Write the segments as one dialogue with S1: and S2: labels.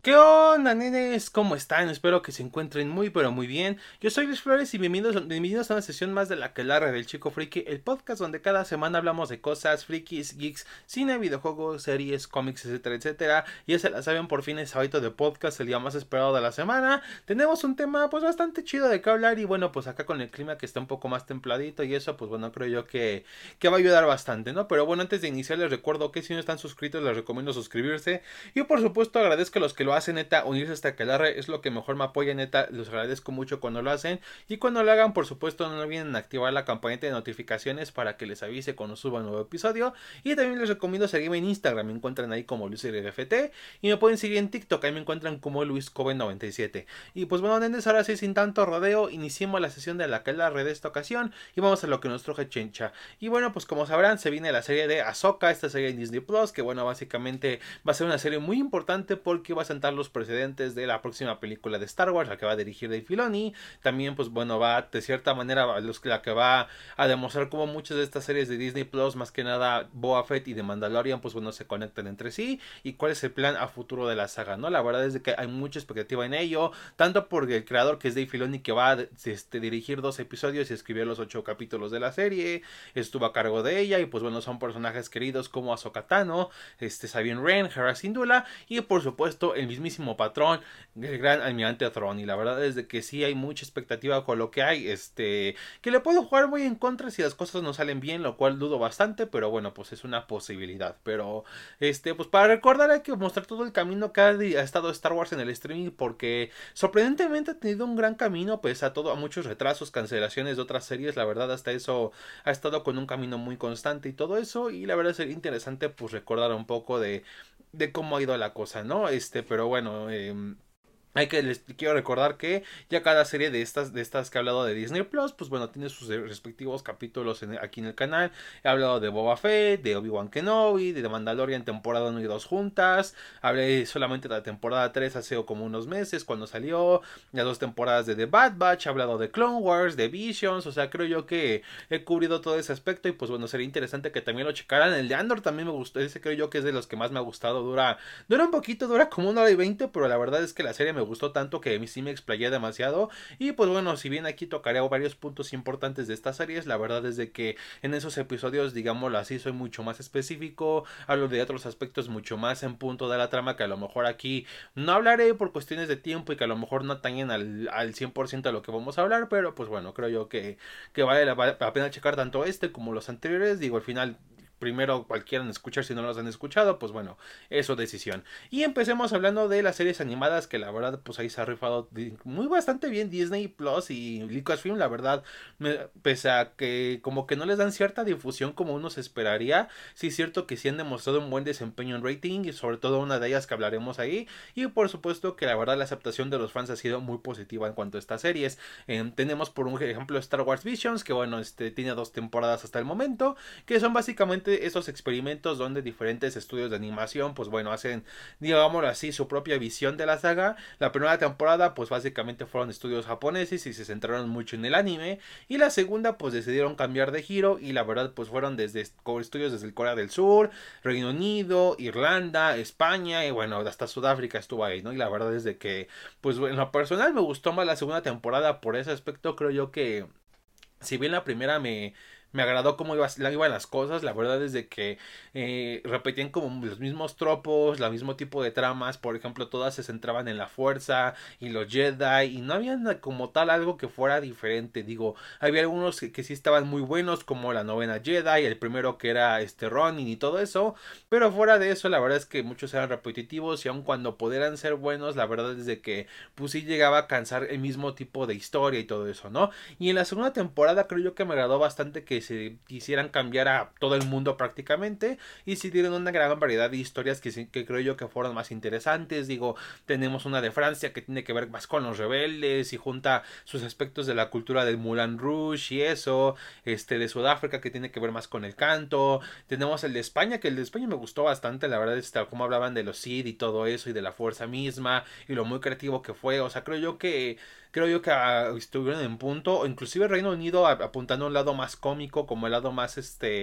S1: ¿Qué onda, nenes? ¿Cómo están? Espero que se encuentren muy, pero muy bien. Yo soy Luis Flores y bienvenidos a una sesión más de La Aquelarre del Chico Friki, el podcast donde cada semana hablamos de cosas frikis, geeks, cine, videojuegos, series, cómics, etcétera, etcétera. Ya se la saben, por fin es sábado de podcast, el día más esperado de la semana. Tenemos un tema, pues, bastante chido de qué hablar y bueno, pues acá con el clima que está un poco más templadito y eso, pues bueno, creo yo que va a ayudar bastante, ¿no? Pero bueno, antes de iniciar les recuerdo que si no están suscritos les recomiendo suscribirse y por supuesto agradezco a los que lo hacen, neta, unirse hasta que la es lo que mejor me apoya, neta, los agradezco mucho cuando lo hacen y cuando lo hagan, por supuesto, no olviden activar la campanita de notificaciones para que les avise cuando suba un nuevo episodio y también les recomiendo seguirme en Instagram, me encuentran ahí como LuisRFT y me pueden seguir en TikTok, ahí me encuentran como LuisCoven97 y pues bueno, nenes, ahora sí sin tanto rodeo, iniciemos la sesión de la red de esta ocasión y vamos a lo que nos truje Chencha. Y bueno, pues como sabrán, se viene la serie de Ahsoka, esta serie en Disney Plus, que bueno, básicamente va a ser una serie muy importante porque va a sentar los precedentes de la próxima película de Star Wars, la que va a dirigir Dave Filoni. También, pues bueno, va de cierta manera la que va a demostrar cómo muchas de estas series de Disney Plus, más que nada Boba Fett y The Mandalorian, pues bueno, se conectan entre sí y cuál es el plan a futuro de la saga, ¿no? La verdad es de que hay mucha expectativa en ello, tanto por el creador que es Dave Filoni, que va a dirigir 2 episodios y escribió los 8 capítulos de la serie, estuvo a cargo de ella y pues bueno, son personajes queridos como Ahsoka Tano, Sabine Wren, Hera Syndulla y por supuesto el mismísimo patrón, el gran almirante Thrawn. Y la verdad es de que sí hay mucha expectativa con lo que hay, que le puedo jugar muy en contra si las cosas no salen bien, lo cual dudo bastante, pero bueno, pues es una posibilidad. Pero pues para recordar hay que mostrar todo el camino que ha estado Star Wars en el streaming, porque sorprendentemente ha tenido un gran camino pese a muchos retrasos, cancelaciones de otras series. La verdad, hasta eso ha estado con un camino muy constante y todo eso, y la verdad sería interesante pues recordar un poco de cómo ha ido la cosa, ¿no? Pero bueno, les quiero recordar que ya cada serie de estas que he hablado de Disney Plus, pues bueno, tiene sus respectivos capítulos aquí en el canal. He hablado de Boba Fett, de Obi-Wan Kenobi, de The Mandalorian temporada 1 y 2 juntas. Hablé solamente de la temporada 3 hace como unos meses cuando salió. Las 2 temporadas de The Bad Batch. He hablado de Clone Wars, de Visions. O sea, creo yo que he cubrido todo ese aspecto y pues bueno, sería interesante que también lo checaran. El de Andor también me gustó. Ese creo yo que es de los que más me ha gustado. Dura un poquito, dura como 1 hora y 20, pero la verdad es que la serie me gustó tanto que a mí sí me explayé demasiado. Y pues bueno, si bien aquí tocaré varios puntos importantes de estas series, la verdad es de que en esos episodios, digámoslo así, soy mucho más específico, hablo de otros aspectos mucho más en punto de la trama que a lo mejor aquí no hablaré por cuestiones de tiempo y que a lo mejor no atañen al 100% de lo que vamos a hablar, pero pues bueno, creo yo que vale la pena checar tanto como los anteriores. Digo, al final primero cualquiera escuchar, si no los han escuchado, pues bueno, es su decisión. Y empecemos hablando de las series animadas, que la verdad, pues ahí se ha rifado muy bastante bien Disney Plus y Lucasfilm, la verdad, pese a que como que no les dan cierta difusión como uno se esperaría, sí es cierto que sí han demostrado un buen desempeño en rating, y sobre todo una de ellas que hablaremos ahí, y por supuesto que la verdad la aceptación de los fans ha sido muy positiva en cuanto a estas series. Tenemos por un ejemplo Star Wars Visions, que bueno, tiene 2 temporadas hasta el momento, que son básicamente esos experimentos donde diferentes estudios de animación, pues bueno, hacen, digámoslo así, su propia visión de la saga. La primera temporada, pues básicamente fueron estudios japoneses y se centraron mucho en el anime, y la segunda, pues decidieron cambiar de giro, y la verdad, pues fueron desde estudios desde el Corea del Sur, Reino Unido, Irlanda, España, y bueno, hasta Sudáfrica estuvo ahí, ¿no? Y la verdad es de que, pues en lo personal me gustó más la segunda temporada por ese aspecto. Creo yo que si bien la primera me agradó cómo iban las cosas, la verdad es de que repetían como los mismos tropos, el mismo tipo de tramas. Por ejemplo, todas se centraban en la fuerza y los Jedi, y no había como tal algo que fuera diferente. Digo, había algunos que sí estaban muy buenos, como la novena Jedi, el primero que era Ronin y todo eso, pero fuera de eso, la verdad es que muchos eran repetitivos, y aun cuando pudieran ser buenos, la verdad es de que pues sí llegaba a cansar el mismo tipo de historia y todo eso, ¿no? Y en la segunda temporada creo yo que me agradó bastante que se quisieran cambiar a todo el mundo prácticamente, y sí dieron una gran variedad de historias que creo yo que fueron más interesantes. Digo, tenemos una de Francia que tiene que ver más con los rebeldes y junta sus aspectos de la cultura del Moulin Rouge y eso, de Sudáfrica que tiene que ver más con el canto. Tenemos el de España, que el de España me gustó bastante, la verdad, como hablaban de los Sith y todo eso y de la fuerza misma y lo muy creativo que fue. O sea, creo yo que creo yo que estuvieron en punto, o inclusive Reino Unido apuntando a un lado más cómico, como el lado más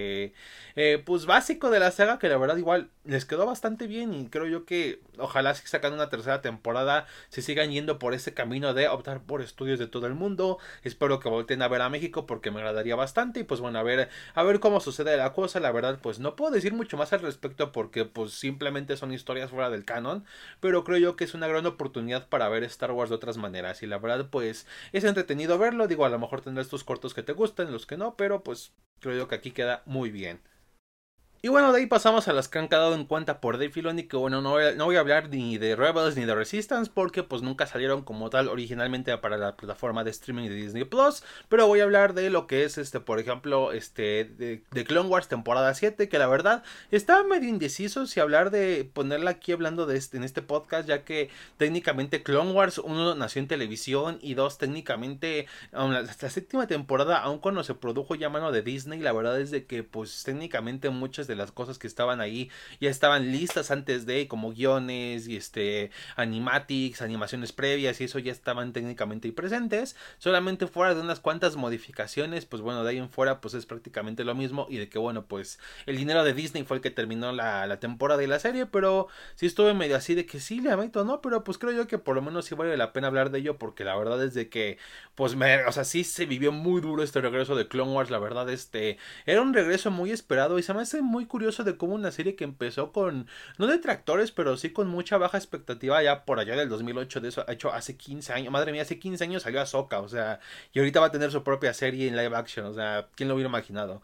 S1: pues básico de la saga, que la verdad igual les quedó bastante bien, y creo yo que ojalá si sacan una tercera temporada se sigan yendo por ese camino de optar por estudios de todo el mundo. Espero que volteen a ver a México porque me agradaría bastante, y pues bueno, a ver cómo sucede la cosa. La verdad pues no puedo decir mucho más al respecto porque pues simplemente son historias fuera del canon, pero creo yo que es una gran oportunidad para ver Star Wars de otras maneras, y la verdad pues es entretenido verlo. Digo, a lo mejor tendrás estos cortos que te gustan, los que no, pero pues creo yo que aquí queda muy bien. Y bueno, de ahí pasamos a las que han quedado en cuenta por Dave Filoni, que bueno, no voy a hablar ni de Rebels ni de Resistance porque pues nunca salieron como tal originalmente para la plataforma de streaming de Disney Plus, pero voy a hablar de lo que es por ejemplo, de Clone Wars temporada 7, que la verdad estaba medio indeciso si hablar de ponerla aquí hablando de en este podcast, ya que técnicamente Clone Wars, uno, nació en televisión, y dos, técnicamente la séptima temporada, aun cuando se produjo ya a mano de Disney, la verdad es de que pues técnicamente muchas de las cosas que estaban ahí ya estaban listas antes de, como guiones y animatics, animaciones previas, y eso ya estaban técnicamente ahí presentes. Solamente fuera de unas cuantas modificaciones, pues bueno, de ahí en fuera pues es prácticamente lo mismo, y de que bueno, pues el dinero de Disney fue el que terminó la temporada y la serie, pero sí estuve medio así de que sí le meto, ¿no? Pero pues creo yo que por lo menos sí vale la pena hablar de ello, porque la verdad es de que pues o sea, sí se vivió muy duro este regreso de Clone Wars. La verdad era un regreso muy esperado, y se me hace muy curioso de cómo una serie que empezó con, no detractores, pero sí con mucha baja expectativa ya por allá del 2008, de eso ha hecho hace 15 años, madre mía, hace 15 años salió Ahsoka, o sea, y ahorita va a tener su propia serie en live action, o sea, ¿quién lo hubiera imaginado?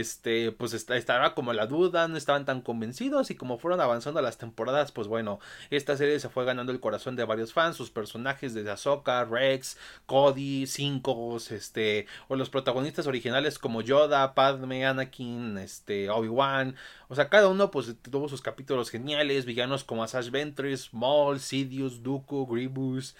S1: Pues estaba como la duda, no estaban tan convencidos, y como fueron avanzando las temporadas, pues bueno, esta serie se fue ganando el corazón de varios fans. Sus personajes desde Ahsoka, Rex, Cody, Cinco, o los protagonistas originales como Yoda, Padme, Anakin, Obi-Wan, o sea, cada uno pues tuvo sus capítulos geniales, villanos como Asajj Ventress, Maul, Sidious, Dooku, Grievous,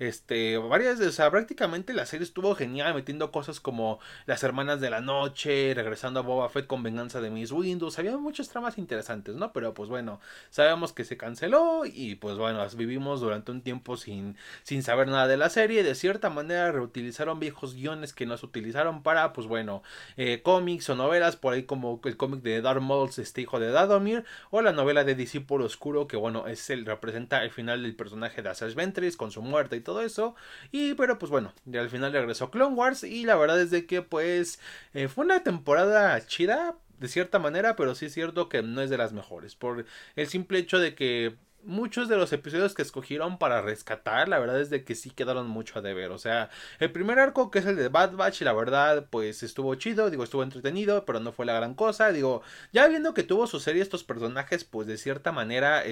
S1: varias, o sea, prácticamente la serie estuvo genial, metiendo cosas como las hermanas de la noche, regresando a Boba Fett con venganza de Miss Windu. Había muchas tramas interesantes, ¿no? Pero pues bueno, sabemos que se canceló, y pues bueno, vivimos durante un tiempo sin saber nada de la serie. De cierta manera reutilizaron viejos guiones que no se utilizaron para, pues bueno, cómics o novelas, por ahí como el cómic de Darth Maul, hijo de Dathomir, o la novela de Discípulo Oscuro, que bueno, representa el final del personaje de Asajj Ventress con su muerte y todo eso. Y pero pues bueno, ya al final regresó Clone Wars, y la verdad es de que pues fue una temporada chida de cierta manera, pero sí es cierto que no es de las mejores, por el simple hecho de que muchos de los episodios que escogieron para rescatar, la verdad es de que sí quedaron mucho a deber. O sea, el primer arco, que es el de Bad Batch, la verdad pues estuvo chido, digo, estuvo entretenido, pero no fue la gran cosa. Digo, ya viendo que tuvo su serie estos personajes, pues de cierta manera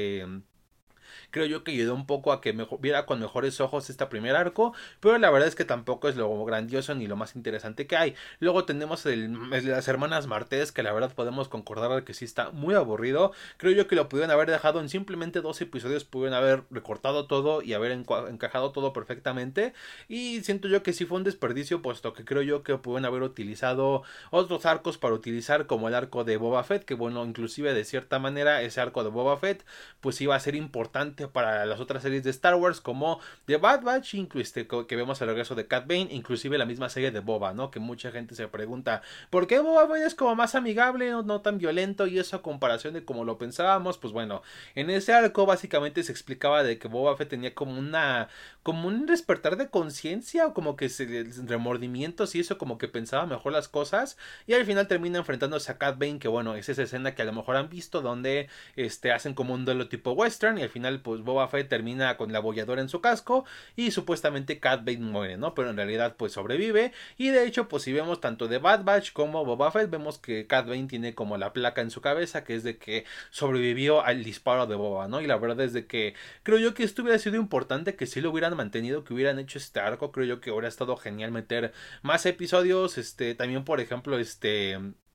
S1: creo yo que ayudó un poco a que viera con mejores ojos este primer arco, pero la verdad es que tampoco es lo grandioso ni lo más interesante que hay. Luego tenemos el de las hermanas Martés, que la verdad podemos concordar que sí está muy aburrido. Creo yo que lo pudieron haber dejado en simplemente 2 episodios, pudieron haber recortado todo y haber encajado todo perfectamente, y siento yo que sí fue un desperdicio, puesto que creo yo que pudieron haber utilizado otros arcos para utilizar, como el arco de Boba Fett, que bueno, inclusive de cierta manera ese arco de Boba Fett pues iba a ser importante para las otras series de Star Wars, como The Bad Batch, que vemos el regreso de Cad Bane, inclusive la misma serie de Boba, ¿no? Que mucha gente se pregunta, ¿por qué Boba Fett es como más amigable, no tan violento, y eso a comparación de como lo pensábamos? Pues bueno, en ese arco básicamente se explicaba de que Boba Fett tenía como un despertar de conciencia, o como que remordimientos, y eso, como que pensaba mejor las cosas, y al final termina enfrentándose a Cad Bane, que bueno, es esa escena que a lo mejor han visto, donde hacen como un duelo tipo western, y al final pues Boba Fett termina con la abolladora en su casco, y supuestamente Cad Bane muere, ¿no? Pero en realidad pues sobrevive, y de hecho pues si vemos tanto de Bad Batch como Boba Fett, vemos que Cad Bane tiene como la placa en su cabeza, que es de que sobrevivió al disparo de Boba, ¿no? Y la verdad es de que creo yo que esto hubiera sido importante, que si lo hubieran mantenido, que hubieran hecho este arco. Creo yo que hubiera estado genial meter más episodios, también por ejemplo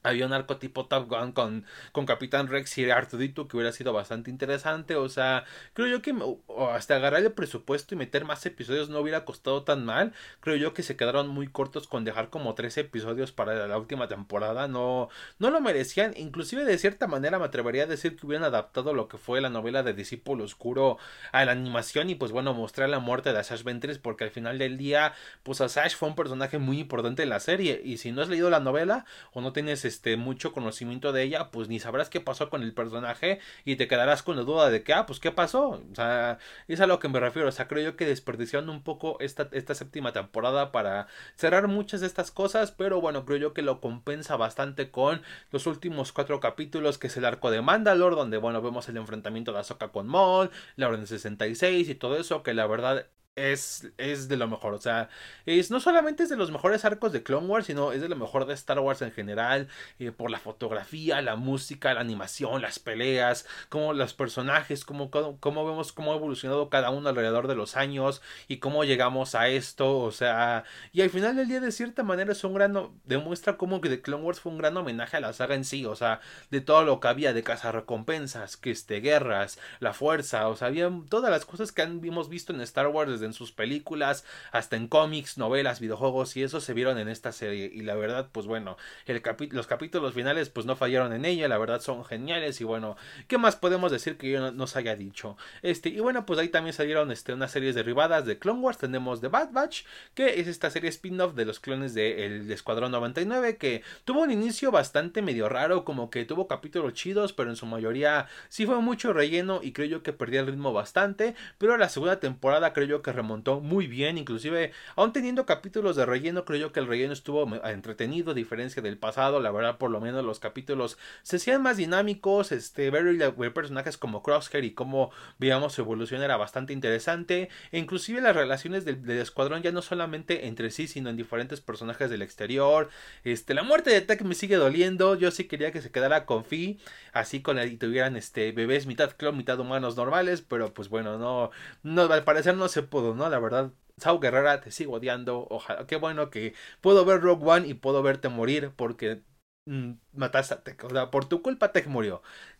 S1: había un arco tipo Top Gun con Capitán Rex y Arturito que hubiera sido bastante interesante. O sea, creo yo que o hasta agarrar el presupuesto y meter más episodios no hubiera costado tan mal. Creo yo que se quedaron muy cortos con dejar como 13 episodios para la última temporada. No, no lo merecían. Inclusive de cierta manera me atrevería a decir que hubieran adaptado lo que fue la novela de Discípulo Oscuro a la animación y pues bueno, mostrar la muerte de Asajj Ventress porque al final del día pues Asajj fue un personaje muy importante en la serie y si no has leído la novela o no tienes mucho conocimiento de ella, pues ni sabrás qué pasó con el personaje y te quedarás con la duda de que, pues qué pasó. O sea, es a lo que me refiero. O sea, creo yo que desperdiciaron un poco esta séptima temporada para cerrar muchas de estas cosas, pero bueno, creo yo que lo compensa bastante con los últimos 4 capítulos, que es el arco de Mandalore, donde bueno, vemos el enfrentamiento de Ahsoka con Maul, la Orden 66 y todo eso, que la verdad es de lo mejor, o sea, no solamente es de los mejores arcos de Clone Wars, sino es de lo mejor de Star Wars en general, por la fotografía, la música, la animación, las peleas, como los personajes, cómo vemos cómo ha evolucionado cada uno alrededor de los años y cómo llegamos a esto, o sea, y al final del día de cierta manera es un demuestra cómo que The Clone Wars fue un gran homenaje a la saga en sí, o sea, de todo lo que había de cazarrecompensas, guerras, la fuerza, o sea, había todas las cosas que hemos visto en Star Wars desde en sus películas, hasta en cómics, novelas, videojuegos, y eso se vieron en esta serie. Y la verdad, pues bueno, los capítulos finales, pues no fallaron en ella, la verdad son geniales. Y bueno, ¿qué más podemos decir que yo no nos haya dicho? Y bueno, pues ahí también salieron unas series derivadas de Clone Wars. Tenemos The Bad Batch, que es esta serie spin-off de los clones del Escuadrón 99, que tuvo un inicio bastante medio raro, como que tuvo capítulos chidos, pero en su mayoría sí fue mucho relleno y creo yo que perdía el ritmo bastante. Pero la segunda temporada creo yo que remontó muy bien, inclusive aún teniendo capítulos de relleno, creo yo que el relleno estuvo entretenido a diferencia del pasado. La verdad, por lo menos los capítulos se hacían más dinámicos, ver personajes como Crosshair y cómo veíamos su evolución era bastante interesante, e inclusive las relaciones del escuadrón ya no solamente entre sí, sino en diferentes personajes del exterior. La muerte de Tech me sigue doliendo, yo sí quería que se quedara con Fi, así y tuvieran bebés mitad clon, mitad humanos normales, pero pues bueno, no, al parecer no se pudo, ¿no? La verdad, Saw Gerrera, te sigo odiando. Ojalá, qué bueno que puedo ver Rogue One y puedo verte morir porque mataste a Tech. O sea, por tu culpa Tech murió.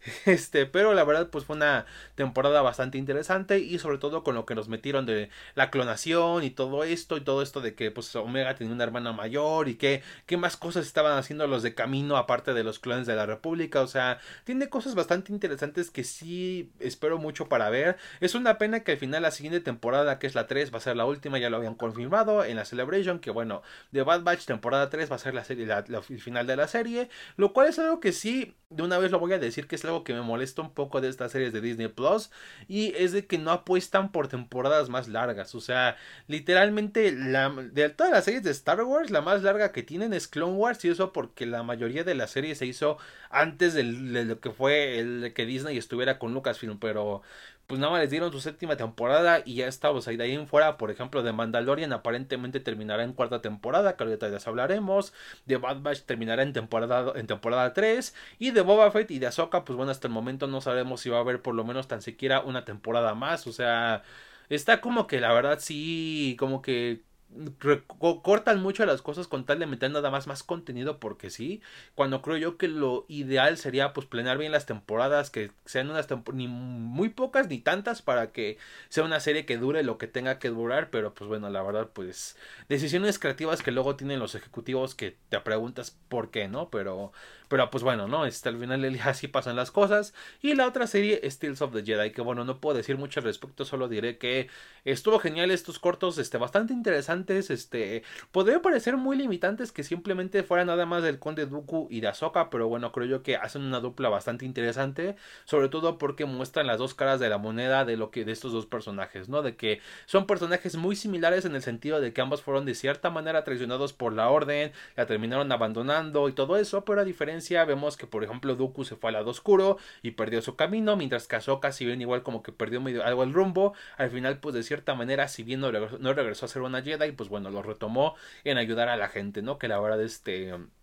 S1: Pero la verdad, pues fue una temporada bastante interesante y sobre todo con lo que nos metieron de la clonación y todo esto de que pues Omega tenía una hermana mayor y qué más cosas estaban haciendo los de camino aparte de los clones de la República. O sea, tiene cosas bastante interesantes que sí espero mucho para ver. Es una pena que al final la siguiente temporada, que es la 3 va a ser la última, ya lo habían confirmado en la Celebration, que bueno, The Bad Batch temporada 3 va a ser la serie, el final de la serie, lo cual es algo que sí, de una vez lo voy a decir, que es algo que me molesta un poco de estas series de Disney Plus, y es de que no apuestan por temporadas más largas. O sea, literalmente de todas las series de Star Wars, la más larga que tienen es Clone Wars, y eso porque la mayoría de la serie se hizo antes de lo que fue el que Disney estuviera con Lucasfilm, pero pues nada más les dieron su séptima temporada y ya está. O sea, y de ahí en fuera, por ejemplo, de Mandalorian aparentemente terminará en cuarta temporada, que ahorita ya hablaremos. De Bad Batch terminará en temporada 3 y de Boba Fett y de Ahsoka, pues bueno, hasta el momento no sabemos si va a haber por lo menos tan siquiera una temporada más. O sea, está como que la verdad sí, como que cortan mucho las cosas con tal de meter nada más contenido porque sí, cuando creo yo que lo ideal sería pues planear bien las temporadas, que sean ni muy pocas ni tantas para que sea una serie que dure lo que tenga que durar. Pero pues bueno, la verdad pues decisiones creativas que luego tienen los ejecutivos que te preguntas por qué, ¿no? Pero pues bueno, ¿no? Al final del día así pasan las cosas. Y la otra serie es Tales of the Jedi, que bueno, no puedo decir mucho al respecto, solo diré que estuvo genial estos cortos, bastante interesantes, podría parecer muy limitantes que simplemente fuera nada más del Conde Dooku y de Ahsoka, pero bueno, creo yo que hacen una dupla bastante interesante, sobre todo porque muestran las dos caras de la moneda de estos dos personajes, ¿no? De que son personajes muy similares en el sentido de que ambos fueron de cierta manera traicionados por la Orden, la terminaron abandonando y todo eso, pero a diferencia vemos que por ejemplo Dooku se fue al lado oscuro y perdió su camino, mientras que Ahsoka, si bien igual como que perdió medio algo el rumbo, al final pues de cierta manera, si bien no regresó a ser una Jedi, pues bueno, lo retomó en ayudar a la gente, ¿no? Que la verdad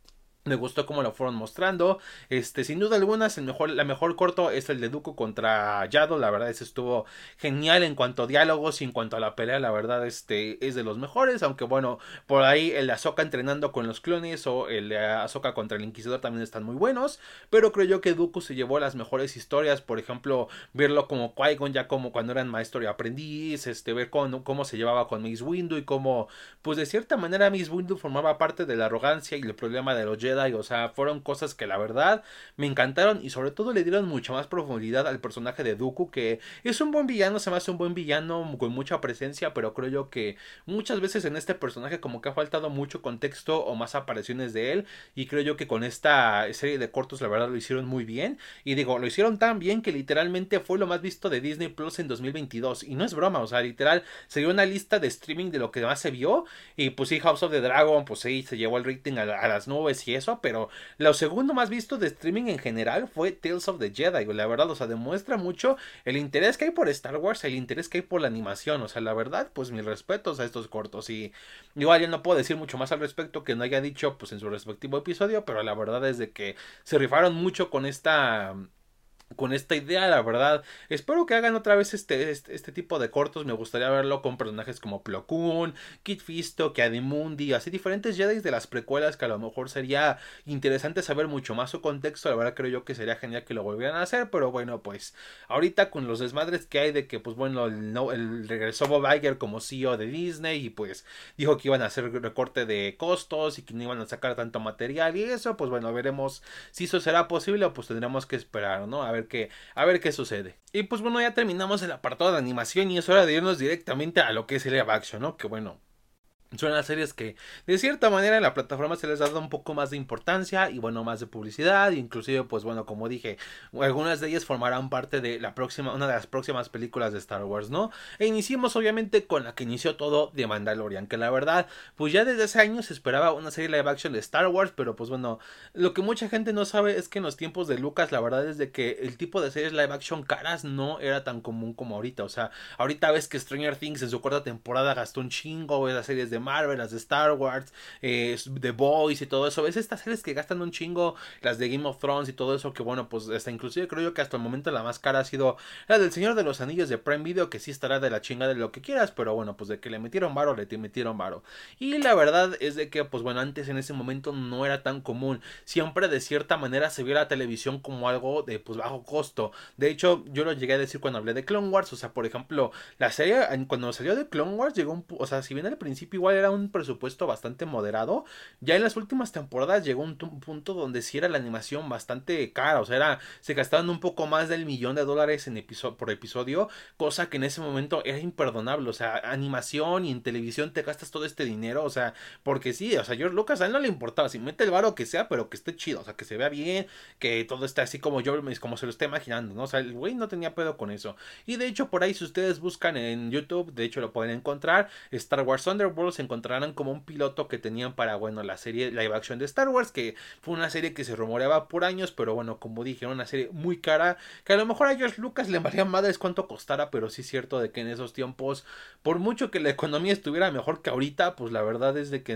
S1: Me gustó cómo lo fueron mostrando. Sin duda alguna, la mejor corto es el de Dooku contra Yaddle. La verdad, ese estuvo genial en cuanto a diálogos y en cuanto a la pelea. La verdad, es de los mejores. Aunque bueno, por ahí el de Ahsoka entrenando con los clones o el de Ahsoka contra el Inquisidor también están muy buenos. Pero creo yo que Dooku se llevó las mejores historias. Por ejemplo, verlo como Qui-Gon ya como cuando eran maestro y aprendiz. Ver cómo se llevaba con Mace Windu y cómo, pues de cierta manera, Mace Windu formaba parte de la arrogancia y el problema de los Jedi. O sea, fueron cosas que la verdad me encantaron y sobre todo le dieron mucha más profundidad al personaje de Dooku, que es un buen villano, se me hace un buen villano con mucha presencia, pero creo yo que muchas veces en este personaje como que ha faltado mucho contexto o más apariciones de él, y creo yo que con esta serie de cortos la verdad lo hicieron muy bien. Y digo, lo hicieron tan bien que literalmente fue lo más visto de Disney Plus en 2022, y no es broma, o sea, literal se dio una lista de streaming de lo que más se vio. Y pues sí, House of the Dragon, pues sí, se llevó el rating a las nubes y eso, pero lo segundo más visto de streaming en general fue Tales of the Jedi, la verdad, o sea, demuestra mucho el interés que hay por Star Wars, el interés que hay por la animación, o sea, la verdad, pues mis respetos a estos cortos. Y igual ya no puedo decir mucho más al respecto que no haya dicho pues en su respectivo episodio, pero la verdad es de que se rifaron mucho con esta idea, la verdad. Espero que hagan otra vez este tipo de cortos. Me gustaría verlo con personajes como Plo Koon, Kit Fisto, Ki-Adi-Mundi, así diferentes Jedi de las precuelas, que a lo mejor sería interesante saber mucho más su contexto. La verdad creo yo que sería genial que lo volvieran a hacer, pero bueno, pues ahorita con los desmadres que hay de que pues bueno, el regresó Bob Iger como CEO de Disney y pues dijo que iban a hacer recorte de costos y que no iban a sacar tanto material y eso, pues bueno, veremos si eso será posible o pues tendremos que esperar, ¿no? A ver qué sucede. Y pues bueno, ya terminamos el apartado de animación y es hora de irnos directamente a lo que es el live action, ¿no? Que bueno, son las series que de cierta manera en la plataforma se les ha dado un poco más de importancia y bueno, más de publicidad, inclusive pues bueno, como dije, algunas de ellas formarán parte de una de las próximas películas de Star Wars, ¿no? E iniciamos obviamente con la que inició todo, de Mandalorian, que la verdad pues ya desde hace años se esperaba una serie live action de Star Wars, pero pues bueno, lo que mucha gente no sabe es que en los tiempos de Lucas la verdad es de que el tipo de series live action caras no era tan común como ahorita. O sea, ahorita ves que Stranger Things en su cuarta temporada gastó un chingo, ves las series de Marvel, las de Star Wars, The Boys y todo eso. Ves estas series que gastan un chingo, las de Game of Thrones y todo eso, que bueno, pues hasta inclusive creo yo que hasta el momento la más cara ha sido la del Señor de los Anillos de Prime Video, que sí estará de la chingada de lo que quieras, pero bueno, pues de que le metieron varo, le metieron varo. Y la verdad es de que, pues bueno, antes en ese momento no era tan común. Siempre de cierta manera se vio la televisión como algo de pues bajo costo. De hecho, yo lo llegué a decir cuando hablé de Clone Wars, o sea, por ejemplo, la serie cuando salió de Clone Wars llegó o sea, si bien al principio igual era un presupuesto bastante moderado, ya en las últimas temporadas llegó un punto donde sí era la animación bastante cara, o sea, se gastaban un poco más del $1,000,000 por episodio, cosa que en ese momento era imperdonable. O sea, animación y en televisión te gastas todo este dinero, o sea, porque sí, o sea, George Lucas a él no le importaba, si mete el varo que sea, pero que esté chido, o sea, que se vea bien, que todo esté así como se lo esté imaginando, ¿no? O sea, el güey no tenía pedo con eso. Y de hecho, por ahí, si ustedes buscan en YouTube, de hecho lo pueden encontrar, Star Wars Thunderbolts, encontrarán como un piloto que tenían para, bueno, la serie live action de Star Wars, que fue una serie que se rumoreaba por años, pero bueno, como dije, era una serie muy cara, que a lo mejor a George Lucas le valía madres cuánto costara, pero sí es cierto de que en esos tiempos, por mucho que la economía estuviera mejor que ahorita, pues la verdad es de que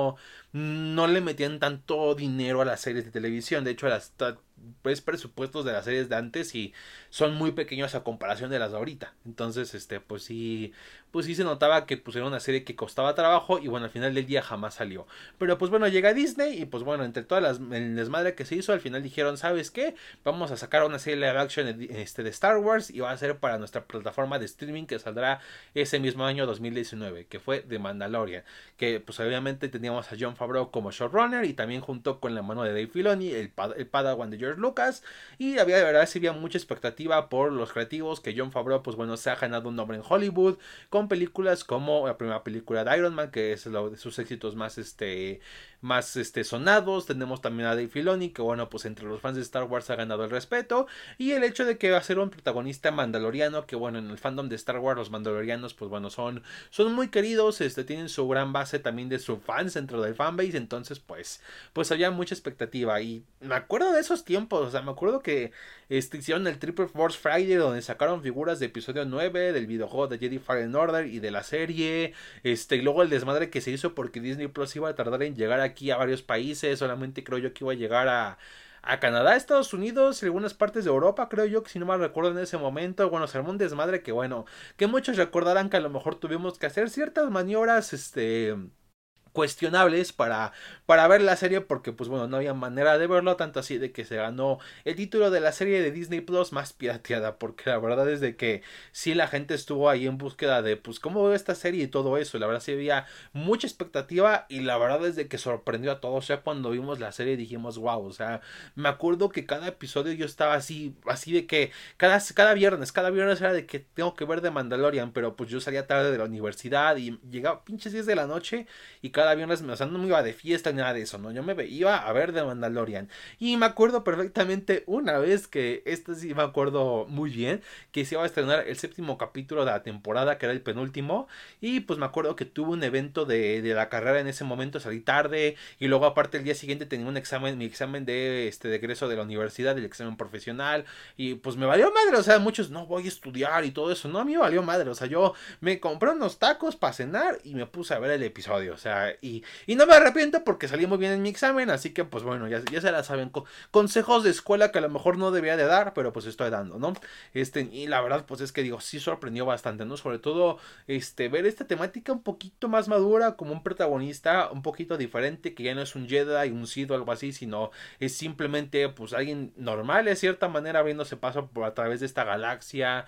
S1: no le metían tanto dinero a las series de televisión. De hecho, las pues presupuestos de las series de antes y son muy pequeños a comparación de las de ahorita. Entonces, pues sí se notaba que pues era una serie que costaba trabajo y bueno, al final del día jamás salió. Pero pues bueno, llega Disney y pues bueno, entre todas el desmadre que se hizo, al final dijeron, ¿sabes qué? Vamos a sacar una serie live action de Star Wars y va a ser para nuestra plataforma de streaming que saldrá ese mismo año 2019, que fue The Mandalorian, que pues obviamente teníamos a Jon Favreau como showrunner y también junto con la mano de Dave Filoni, el Padawan de George Lucas, y había de verdad sí había mucha expectativa por los creativos, que Jon Favreau pues bueno se ha ganado un nombre en Hollywood con películas como la primera película de Iron Man, que es uno de sus éxitos más sonados. Tenemos también a Dave Filoni, que bueno, pues entre los fans de Star Wars ha ganado el respeto, y el hecho de que va a ser un protagonista mandaloriano, que bueno, en el fandom de Star Wars los mandalorianos pues bueno son muy queridos, tienen su gran base también de sus fans dentro del fanbase. Entonces pues había mucha expectativa y me acuerdo de esos tiempos. O sea, me acuerdo que hicieron el Triple Force Friday, donde sacaron figuras de episodio 9 del videojuego de Jedi Fallen Order y de la serie, y luego el desmadre que se hizo porque Disney Plus iba a tardar en llegar aquí a varios países, solamente creo yo que iba a llegar a Canadá, Estados Unidos y algunas partes de Europa, creo yo, que si no mal recuerdo en ese momento. Bueno, se armó un desmadre que bueno, que muchos recordarán que a lo mejor tuvimos que hacer ciertas maniobras, cuestionables para ver la serie, porque pues bueno, no había manera de verlo, tanto así de que se ganó el título de la serie de Disney Plus más pirateada, porque la verdad es de que sí, la gente estuvo ahí en búsqueda de pues cómo veo esta serie y todo eso. La verdad sí había mucha expectativa, y la verdad es de que sorprendió a todos. O sea, cuando vimos la serie dijimos wow, o sea, me acuerdo que cada episodio yo estaba así de que cada viernes era de que tengo que ver de Mandalorian, pero pues yo salía tarde de la universidad y llegaba pinches 10 de la noche, y cada viernes, o sea, no me iba de fiesta ni nada de eso, ¿no? Yo iba a ver The Mandalorian. Y me acuerdo perfectamente una vez que, sí me acuerdo muy bien, que se iba a estrenar el séptimo capítulo de la temporada, que era el penúltimo. Y pues me acuerdo que tuve un evento de la carrera en ese momento, salí tarde. Y luego aparte el día siguiente tenía un examen, mi examen de egreso de la universidad, el examen profesional. Y pues me valió madre, o sea, muchos, no voy a estudiar y todo eso. No, a mí me valió madre, o sea, yo me compré unos tacos para cenar y me puse a ver el episodio, o sea, y no me arrepiento porque salí muy bien en mi examen, así que pues bueno, ya se la saben. Consejos de escuela que a lo mejor no debía de dar, pero pues estoy dando, ¿no? Y la verdad pues es que digo, sí sorprendió bastante, ¿no? Sobre todo, ver esta temática un poquito más madura, como un protagonista un poquito diferente, que ya no es un Jedi, un Sith o algo así, sino es simplemente pues alguien normal de cierta manera, abriéndose paso por a través de esta galaxia,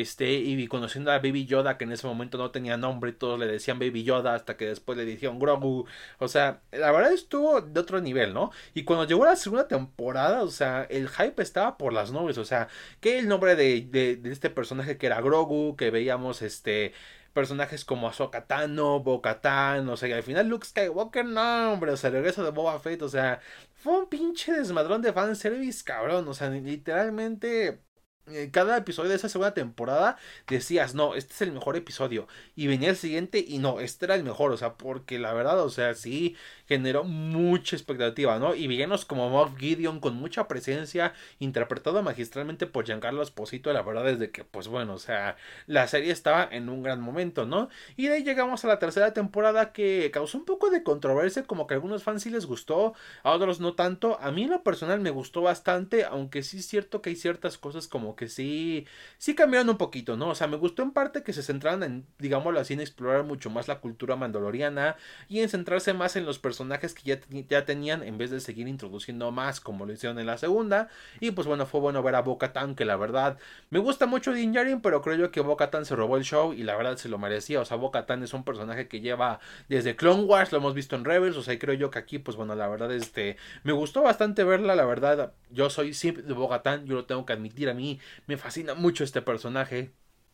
S1: y conociendo a Baby Yoda, que en ese momento no tenía nombre, todos le decían Baby Yoda, hasta que después le dijeron Grogu. O sea, la verdad estuvo de otro nivel, ¿no? Y cuando llegó la segunda temporada, o sea, el hype estaba por las nubes. O sea, que el nombre de este personaje que era Grogu, que veíamos personajes como Ahsoka Tano, Bo-Katan, o sea, y al final Luke Skywalker, no, hombre, o sea, el regreso de Boba Fett, o sea, fue un pinche desmadrón de fanservice, cabrón, o sea, literalmente cada episodio de esa segunda temporada decías, no, este es el mejor episodio, y venía el siguiente y no, este era el mejor, o sea, porque la verdad, o sea, sí generó mucha expectativa, ¿no? Y villanos como Moff Gideon con mucha presencia, interpretado magistralmente por Giancarlo Esposito. La verdad es de que, pues bueno, o sea, la serie estaba en un gran momento, ¿no? Y de ahí llegamos a la tercera temporada, que causó un poco de controversia, como que a algunos fans sí les gustó, a otros no tanto. A mí en lo personal me gustó bastante, aunque sí es cierto que hay ciertas cosas como que sí cambiaron un poquito, ¿no? O sea, me gustó en parte que se centraran en, digámoslo así, en explorar mucho más la cultura mandaloriana y en centrarse más en los personajes que ya tenían, en vez de seguir introduciendo más como lo hicieron en la segunda. Y pues bueno, fue bueno ver a Bo-Katan, que la verdad me gusta mucho Din Djarin, pero creo yo que Bo-Katan se robó el show y la verdad se lo merecía. O sea, Bo-Katan es un personaje que lleva desde Clone Wars, lo hemos visto en Rebels, o sea, y creo yo que aquí, pues bueno, la verdad, me gustó bastante verla, la verdad. Yo soy siempre de Bo-Katan, yo lo tengo que admitir, a mí me fascina mucho este personaje.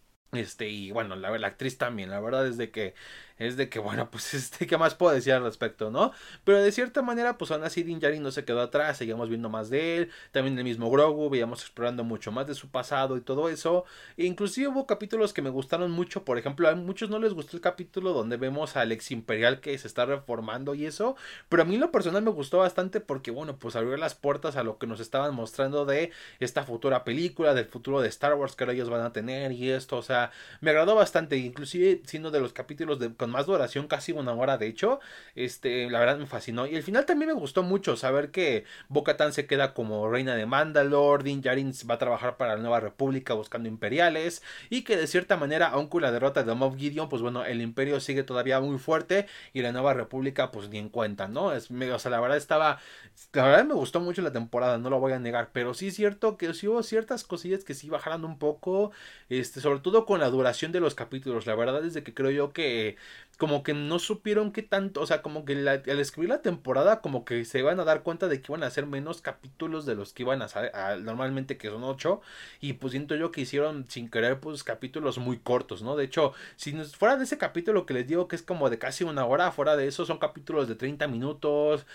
S1: Y bueno, la actriz también, la verdad es de que, bueno, pues ¿qué más puedo decir al respecto, no? Pero de cierta manera, pues aún así Din Djarin no se quedó atrás, seguimos viendo más de él, también el mismo Grogu, veíamos explorando mucho más de su pasado y todo eso. E inclusive hubo capítulos que me gustaron mucho, por ejemplo, a muchos no les gustó el capítulo donde vemos al ex imperial que se está reformando y eso, pero a mí en lo personal me gustó bastante porque, bueno, pues abrió las puertas a lo que nos estaban mostrando de esta futura película, del futuro de Star Wars que ahora ellos van a tener y esto, o sea, me agradó bastante, inclusive siendo de los capítulos con más duración, casi una hora de hecho, la verdad me fascinó. Y el final también me gustó mucho, saber que Bo-Katan se queda como reina de Mandalore, Din Djarin va a trabajar para la Nueva República buscando imperiales, y que de cierta manera, aun con la derrota de Moff Gideon, pues bueno, el imperio sigue todavía muy fuerte, y la Nueva República pues ni en cuenta, ¿no? O sea, la verdad me gustó mucho la temporada, no lo voy a negar, pero sí es cierto que sí hubo ciertas cosillas que sí bajaron un poco, sobre todo con la duración de los capítulos. La verdad es de que creo yo que como que no supieron qué tanto, o sea, como que al escribir la temporada como que se iban a dar cuenta de que iban a hacer menos capítulos de los que iban normalmente, que son 8, y pues siento yo que hicieron sin querer pues capítulos muy cortos, ¿no? De hecho, si fuera de ese capítulo que les digo que es como de casi una hora, fuera de eso son capítulos de 30 minutos,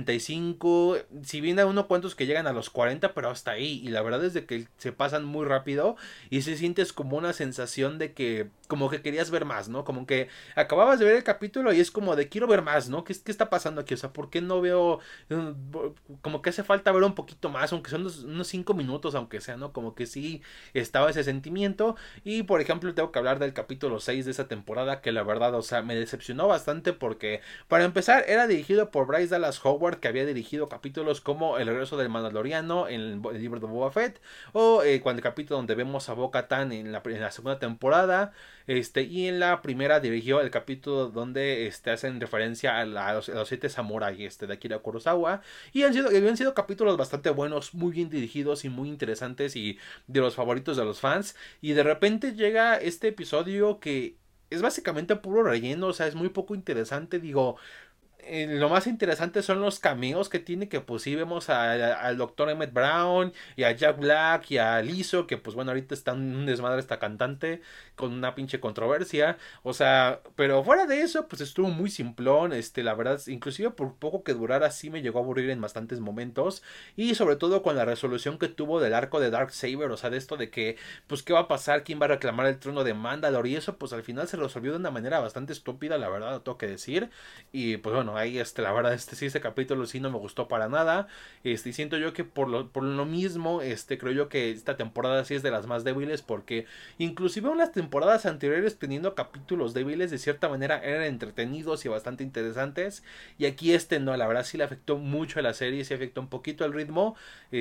S1: 35, si bien hay unos cuantos que llegan a los 40, pero hasta ahí, y la verdad es de que se pasan muy rápido y se sientes como una sensación de que como que querías ver más, ¿no? Como que acababas de ver el capítulo y es como de quiero ver más, ¿no? ¿Qué está pasando aquí? O sea, ¿por qué no veo? Como que hace falta ver un poquito más, aunque son unos 5 minutos, aunque sea, ¿no? Como que sí estaba ese sentimiento. Y por ejemplo, tengo que hablar del capítulo 6 de esa temporada, que la verdad, o sea, me decepcionó bastante porque, para empezar, era dirigido por Bryce Dallas Howard, que había dirigido capítulos como El regreso del Mandaloriano en el libro de Boba Fett, o cuando el capítulo donde vemos a Bo-Katan en la segunda temporada, y en la primera dirigió el capítulo donde hacen referencia a los 7 samurai de Akira Kurosawa, y habían sido capítulos bastante buenos, muy bien dirigidos y muy interesantes y de los favoritos de los fans, y de repente llega este episodio que es básicamente puro relleno, o sea, es muy poco interesante, digo. Lo más interesante son los cameos que tiene, que pues sí vemos al doctor Emmett Brown y a Jack Black y a Lizzo, que pues bueno, ahorita está en un desmadre esta cantante con una pinche controversia, o sea, pero fuera de eso pues estuvo muy simplón, la verdad, inclusive por poco que durara sí me llegó a aburrir en bastantes momentos, y sobre todo con la resolución que tuvo del arco de Darksaber, o sea, de esto de que pues qué va a pasar, quién va a reclamar el trono de Mandalore, y eso pues al final se resolvió de una manera bastante estúpida, la verdad, lo tengo que decir. Y pues bueno, ahí la verdad, sí, este capítulo sí no me gustó para nada. Y siento yo que por lo mismo, creo yo que esta temporada sí es de las más débiles, porque inclusive en las temporadas anteriores, teniendo capítulos débiles, de cierta manera eran entretenidos y bastante interesantes. Y aquí no, la verdad sí le afectó mucho a la serie, sí afectó un poquito el ritmo.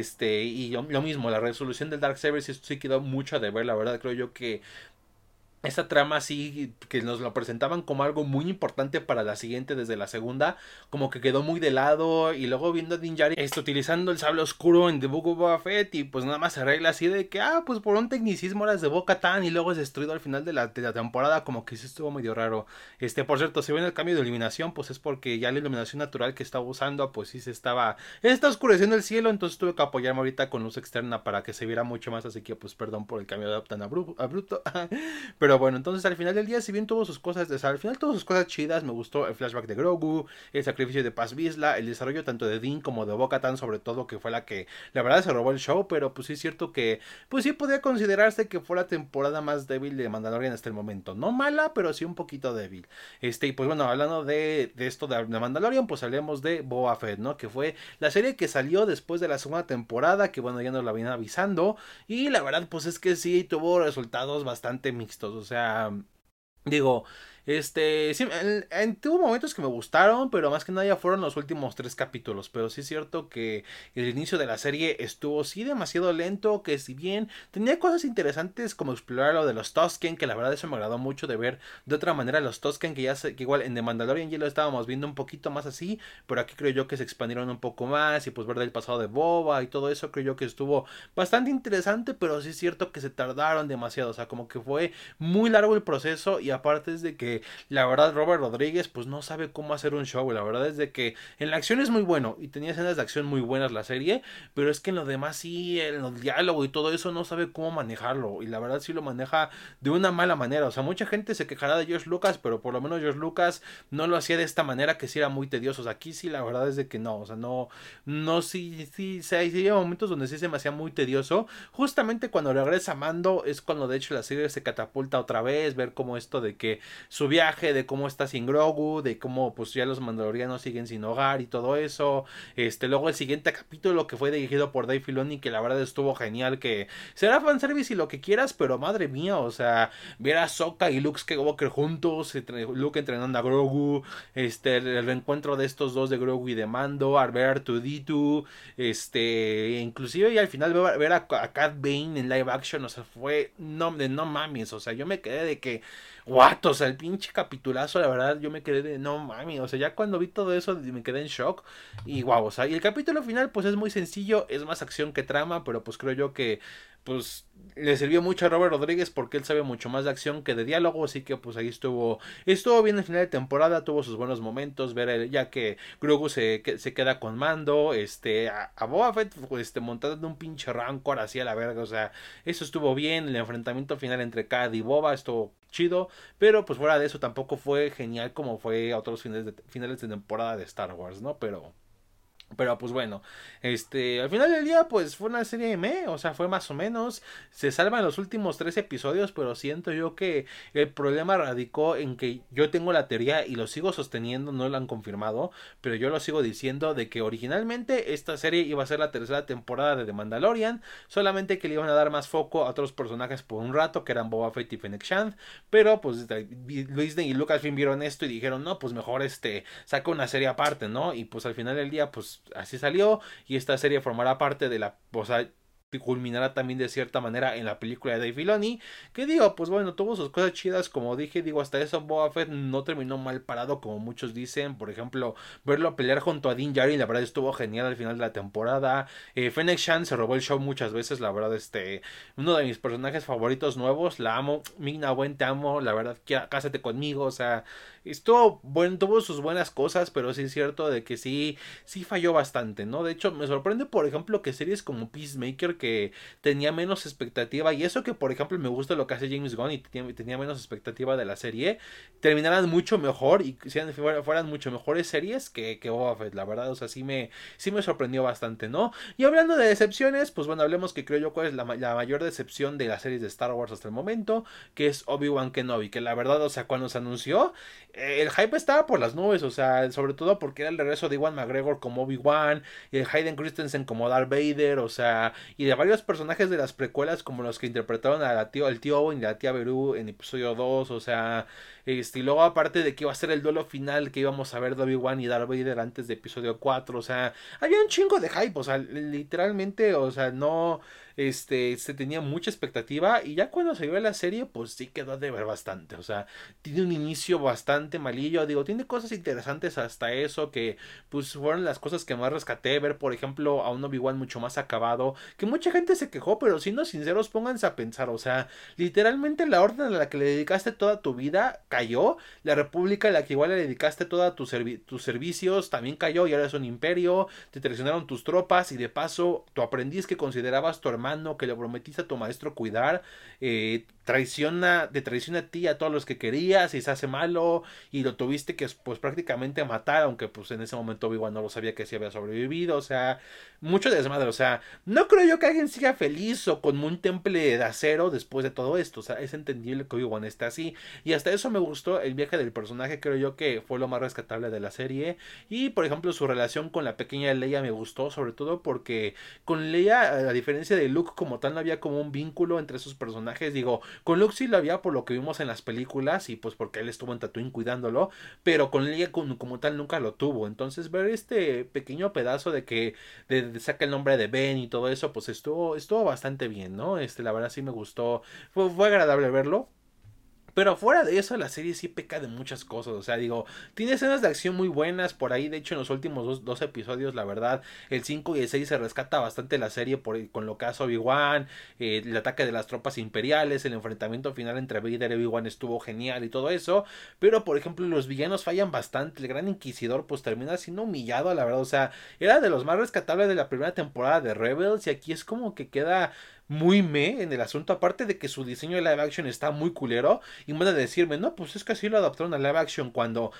S1: Y lo mismo, la resolución del Darksaber sí quedó mucho a deber, la verdad, creo yo que esta trama sí, que nos lo presentaban como algo muy importante para la siguiente desde la segunda, como que quedó muy de lado, y luego viendo a Din Djarin utilizando el sable oscuro en The Book of Boba Fett, y pues nada más se arregla así de que, pues por un tecnicismo eras de Bo-Katan y luego es destruido al final de la temporada, como que sí estuvo medio raro. Por cierto, si ven el cambio de iluminación, pues es porque ya la iluminación natural que estaba usando, pues sí está oscureciendo el cielo, entonces tuve que apoyarme ahorita con luz externa para que se viera mucho más, así que pues perdón por el cambio de tan abrupto. Pero bueno, entonces al final del día, si bien tuvo sus cosas, al final tuvo sus cosas chidas, me gustó el flashback de Grogu, el sacrificio de Paz Vizsla, el desarrollo tanto de Din como de Bo-Katan, sobre todo, que fue la que la verdad se robó el show, pero pues sí es cierto que pues sí podría considerarse que fue la temporada más débil de Mandalorian hasta el momento. No mala, pero sí un poquito débil. Y pues bueno, hablando de esto de Mandalorian, pues hablemos de Boba Fett, ¿no? Que fue la serie que salió después de la segunda temporada, que bueno, ya nos la habían avisando, y la verdad pues es que sí tuvo resultados bastante mixtos, o sea, digo, sí, tuvo momentos que me gustaron, pero más que nada ya fueron los últimos 3 capítulos. Pero sí es cierto que el inicio de la serie estuvo sí demasiado lento, que si bien tenía cosas interesantes como explorar lo de los Tusken, que la verdad eso me agradó mucho de ver de otra manera los Tusken, que igual en The Mandalorian ya lo estábamos viendo un poquito más así, pero aquí creo yo que se expandieron un poco más, y pues ver del pasado de Boba y todo eso creo yo que estuvo bastante interesante, pero sí es cierto que se tardaron demasiado, o sea, como que fue muy largo el proceso, y aparte es de que la verdad Robert Rodríguez pues no sabe cómo hacer un show. La verdad es de que en la acción es muy bueno y tenía escenas de acción muy buenas la serie, pero es que en lo demás sí, en los diálogos y todo eso no sabe cómo manejarlo, y la verdad sí lo maneja de una mala manera. O sea, mucha gente se quejará de George Lucas, pero por lo menos George Lucas no lo hacía de esta manera, que sí era muy tedioso. O sea, aquí sí la verdad es de que no, o sea, no, sí había momentos donde sí se me hacía muy tedioso. Justamente cuando regresa Mando es cuando de hecho la serie se catapulta otra vez, ver cómo esto de que su viaje, de cómo está sin Grogu, de cómo pues ya los mandalorianos siguen sin hogar y todo eso. Luego el siguiente capítulo, que fue dirigido por Dave Filoni, que la verdad estuvo genial, que será fanservice y lo que quieras, pero madre mía, o sea, ver a Sokka y Luke Skywalker juntos, Luke entrenando a Grogu, el reencuentro de estos dos de Grogu y de Mando, al ver a R2D2, inclusive y al final ver a Cad Bane en live action, o sea, fue no mames, o sea, yo me quedé de que what, o sea, el pinche capitulazo, la verdad, yo me quedé de no mami, o sea, ya cuando vi todo eso me quedé en shock, y wow, o sea, y el capítulo final pues es muy sencillo, es más acción que trama, pero pues creo yo que pues le sirvió mucho a Robert Rodríguez porque él sabe mucho más de acción que de diálogo, así que pues ahí estuvo bien el final de temporada, tuvo sus buenos momentos, ya que Grogu se queda con Mando, a Boba Fett, pues, montado en un pinche Rancor así a la verga, o sea, eso estuvo bien, el enfrentamiento final entre Cad y Boba estuvo chido, pero pues fuera de eso tampoco fue genial como fue a otros finales de temporada de Star Wars, ¿no? Pero Pero pues bueno, al final del día pues fue una serie o sea, fue más o menos, se salvan los últimos 3 episodios, pero siento yo que el problema radicó en que yo tengo la teoría y lo sigo sosteniendo, no lo han confirmado, pero yo lo sigo diciendo de que originalmente esta serie iba a ser la tercera temporada de The Mandalorian, solamente que le iban a dar más foco a otros personajes por un rato, que eran Boba Fett y Fennec Shand, pero pues Disney y Lucasfilm vieron esto y dijeron, no, pues mejor saca una serie aparte, ¿no? Y pues al final del día, pues así salió y esta serie formará parte de la, o sea, culminará también de cierta manera en la película de Dave Filoni, que digo, pues bueno, tuvo sus cosas chidas, como dije, digo, hasta eso Boba Fett no terminó mal parado como muchos dicen, por ejemplo, verlo pelear junto a Din Djarin, la verdad estuvo genial al final de la temporada, Fennec Shand se robó el show muchas veces, la verdad, uno de mis personajes favoritos nuevos, la amo, Ming-Na Wen, te amo, la verdad, cásate conmigo, o sea, estuvo bueno, tuvo sus buenas cosas, pero sí es cierto de que sí falló bastante, ¿no? De hecho, me sorprende, por ejemplo, que series como Peacemaker, que tenía menos expectativa, y eso que, por ejemplo, me gusta lo que hace James Gunn y tenía menos expectativa de la serie, terminaran mucho mejor y fueran mucho mejores series que Boba Fett, la verdad, o sea, sí me sorprendió bastante, ¿no? Y hablando de decepciones, pues bueno, hablemos que creo yo cuál es la mayor decepción de las series de Star Wars hasta el momento, que es Obi-Wan Kenobi, que la verdad, o sea, cuando se anunció, el hype estaba por las nubes, o sea, sobre todo porque era el regreso de Iwan McGregor como Obi-Wan, y el Hayden Christensen como Darth Vader, o sea, y de varios personajes de las precuelas como los que interpretaron al tío Owen y a la tía Beru en episodio 2, o sea, y luego aparte de que iba a ser el duelo final que íbamos a ver de Obi-Wan y Darth Vader antes de episodio 4, o sea, había un chingo de hype, o sea, literalmente, o sea, no, se tenía mucha expectativa y ya cuando se vio la serie, pues sí quedó de ver bastante, o sea, tiene un inicio bastante malillo, digo, tiene cosas interesantes hasta eso que pues fueron las cosas que más rescaté, ver por ejemplo a un Obi-Wan mucho más acabado, que mucha gente se quejó, pero siendo sinceros pónganse a pensar, o sea, literalmente la orden a la que le dedicaste toda tu vida cayó, la república a la que igual le dedicaste toda tus servicios también cayó y ahora es un imperio, te traicionaron tus tropas y de paso tu aprendiz que considerabas tu hermano, que le prometiste a tu maestro cuidar, te traiciona a ti, a todos los que querías y se hace malo y lo tuviste que pues prácticamente matar, aunque pues en ese momento Obi-Wan no lo sabía que sí había sobrevivido, o sea, mucho desmadre, o sea, no creo yo que alguien siga feliz o con un temple de acero después de todo esto, o sea, es entendible que Obi-Wan esté así y hasta eso me gustó el viaje del personaje, creo yo que fue lo más rescatable de la serie y por ejemplo su relación con la pequeña Leia me gustó, sobre todo porque con Leia, a diferencia de Luke como tal, no había como un vínculo entre esos personajes, digo, con Luke sí lo había por lo que vimos en las películas y pues porque él estuvo en Tatooine cuidándolo, pero con Leia como tal nunca lo tuvo. Entonces ver este pequeño pedazo de que de saca el nombre de Ben y todo eso, pues estuvo bastante bien, ¿no? La verdad sí me gustó, fue agradable verlo. Pero fuera de eso, la serie sí peca de muchas cosas. O sea, digo, tiene escenas de acción muy buenas por ahí. De hecho, en los últimos dos episodios, la verdad, el 5 y el 6 se rescata bastante la serie con lo que hace Obi-Wan, el ataque de las tropas imperiales, el enfrentamiento final entre Vader y Obi-Wan estuvo genial y todo eso. Pero, por ejemplo, los villanos fallan bastante. El Gran Inquisidor, pues termina siendo humillado, la verdad. O sea, era de los más rescatables de la primera temporada de Rebels. Y aquí es como que queda muy en el asunto, aparte de que su diseño de live action está muy culero, y van a decirme, no, pues es que así lo adaptaron a live action cuando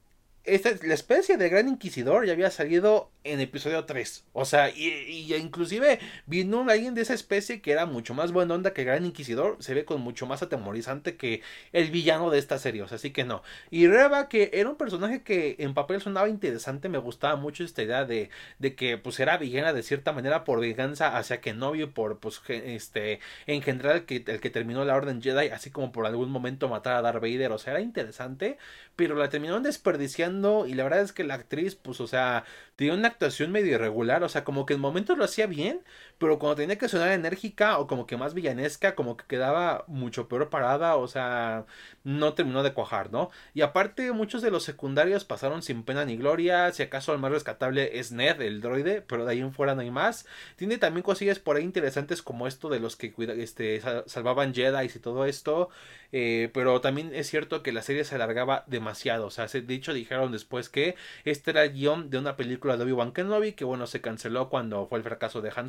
S1: la especie de Gran Inquisidor ya había salido en episodio 3. O sea, y inclusive vino alguien de esa especie que era mucho más buena onda que el Gran Inquisidor. Se ve con mucho más atemorizante que el villano de esta serie. O sea, así que no. Y Reva, que era un personaje que en papel sonaba interesante. Me gustaba mucho esta idea de que pues era villana de cierta manera por venganza hacia Kenobi. Por pues en general el que terminó la Orden Jedi. Así como por algún momento matar a Darth Vader. O sea, era interesante. Pero la terminaron desperdiciando y la verdad es que la actriz, pues, o sea, tenía una actuación medio irregular, o sea, como que en momentos lo hacía bien, pero cuando tenía que sonar enérgica o como que más villanesca, como que quedaba mucho peor parada, o sea, no terminó de cuajar, ¿no? Y aparte, muchos de los secundarios pasaron sin pena ni gloria, si acaso el más rescatable es Ned, el droide, pero de ahí en fuera no hay más. Tiene también cosillas por ahí interesantes como esto de los que salvaban Jedi y todo esto, pero también es cierto que la serie se alargaba demasiado. O sea, de hecho dijeron después que este era el guión de una película de Obi-Wan Kenobi, que bueno, se canceló cuando fue el fracaso de Han Solo.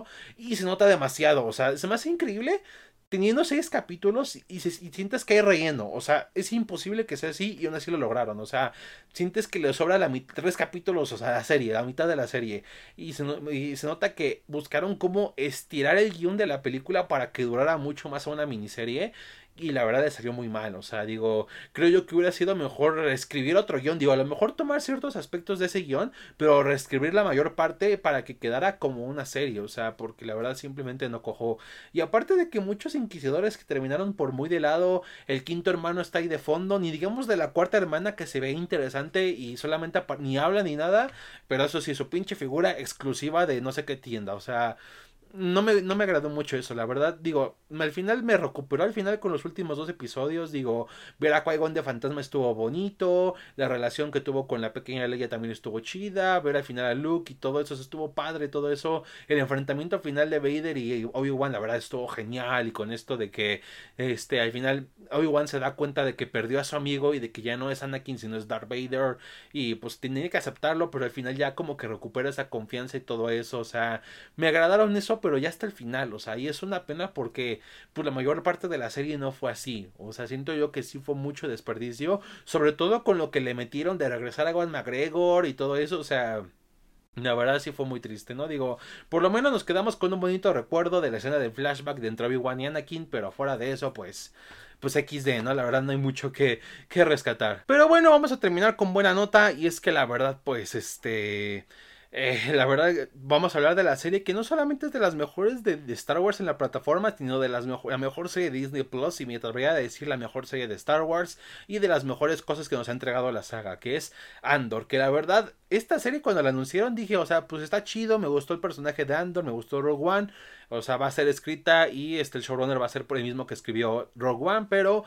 S1: y se nota demasiado, o sea, se me hace increíble teniendo 6 capítulos y sientes que hay relleno. O sea, es imposible que sea así y aún así lo lograron. O sea, sientes que le sobra 3 capítulos, o sea, la serie, la mitad de la serie. Y se nota que buscaron cómo estirar el guión de la película para que durara mucho más a una miniserie. Y la verdad le salió muy mal. O sea, digo, creo yo que hubiera sido mejor escribir otro guión. Digo, a lo mejor tomar ciertos aspectos de ese guión, pero reescribir la mayor parte para que quedara como una serie. O sea, porque la verdad simplemente no cojó. Y aparte de que muchos inquisidores que terminaron por muy de lado, el quinto hermano está ahí de fondo, ni digamos de la cuarta hermana que se ve interesante y solamente ni habla ni nada, pero eso sí, su pinche figura exclusiva de no sé qué tienda, o sea, no me agradó mucho eso, la verdad, digo, al final me recuperó al final con los últimos 2 episodios, digo, ver a Qui-Gon de fantasma estuvo bonito, la relación que tuvo con la pequeña Leia también estuvo chida, ver al final a Luke y todo eso estuvo padre, todo eso, el enfrentamiento final de Vader y Obi-Wan, la verdad estuvo genial, y con esto de que, al final Obi-Wan se da cuenta de que perdió a su amigo y de que ya no es Anakin sino es Darth Vader, y pues tiene que aceptarlo, pero al final ya como que recupera esa confianza y todo eso, o sea, me agradaron eso, pero ya hasta el final, o sea, y es una pena porque pues la mayor parte de la serie no fue así, o sea, siento yo que sí fue mucho desperdicio, sobre todo con lo que le metieron de regresar a Ewan McGregor y todo eso, o sea, la verdad sí fue muy triste, ¿no? Digo, por lo menos nos quedamos con un bonito recuerdo de la escena de flashback de entre Obi-Wan y Anakin, pero fuera de eso, pues XD, ¿no? La verdad no hay mucho que rescatar. Pero bueno, vamos a terminar con buena nota y es que la verdad, pues, la verdad, vamos a hablar de la serie que no solamente es de las mejores de Star Wars en la plataforma, sino de la mejor serie de Disney Plus, y me atrevería a decir la mejor serie de Star Wars y de las mejores cosas que nos ha entregado la saga, que es Andor, que la verdad, esta serie cuando la anunciaron dije, o sea, pues está chido, me gustó el personaje de Andor, me gustó Rogue One, o sea, va a ser escrita y el showrunner va a ser por el mismo que escribió Rogue One, pero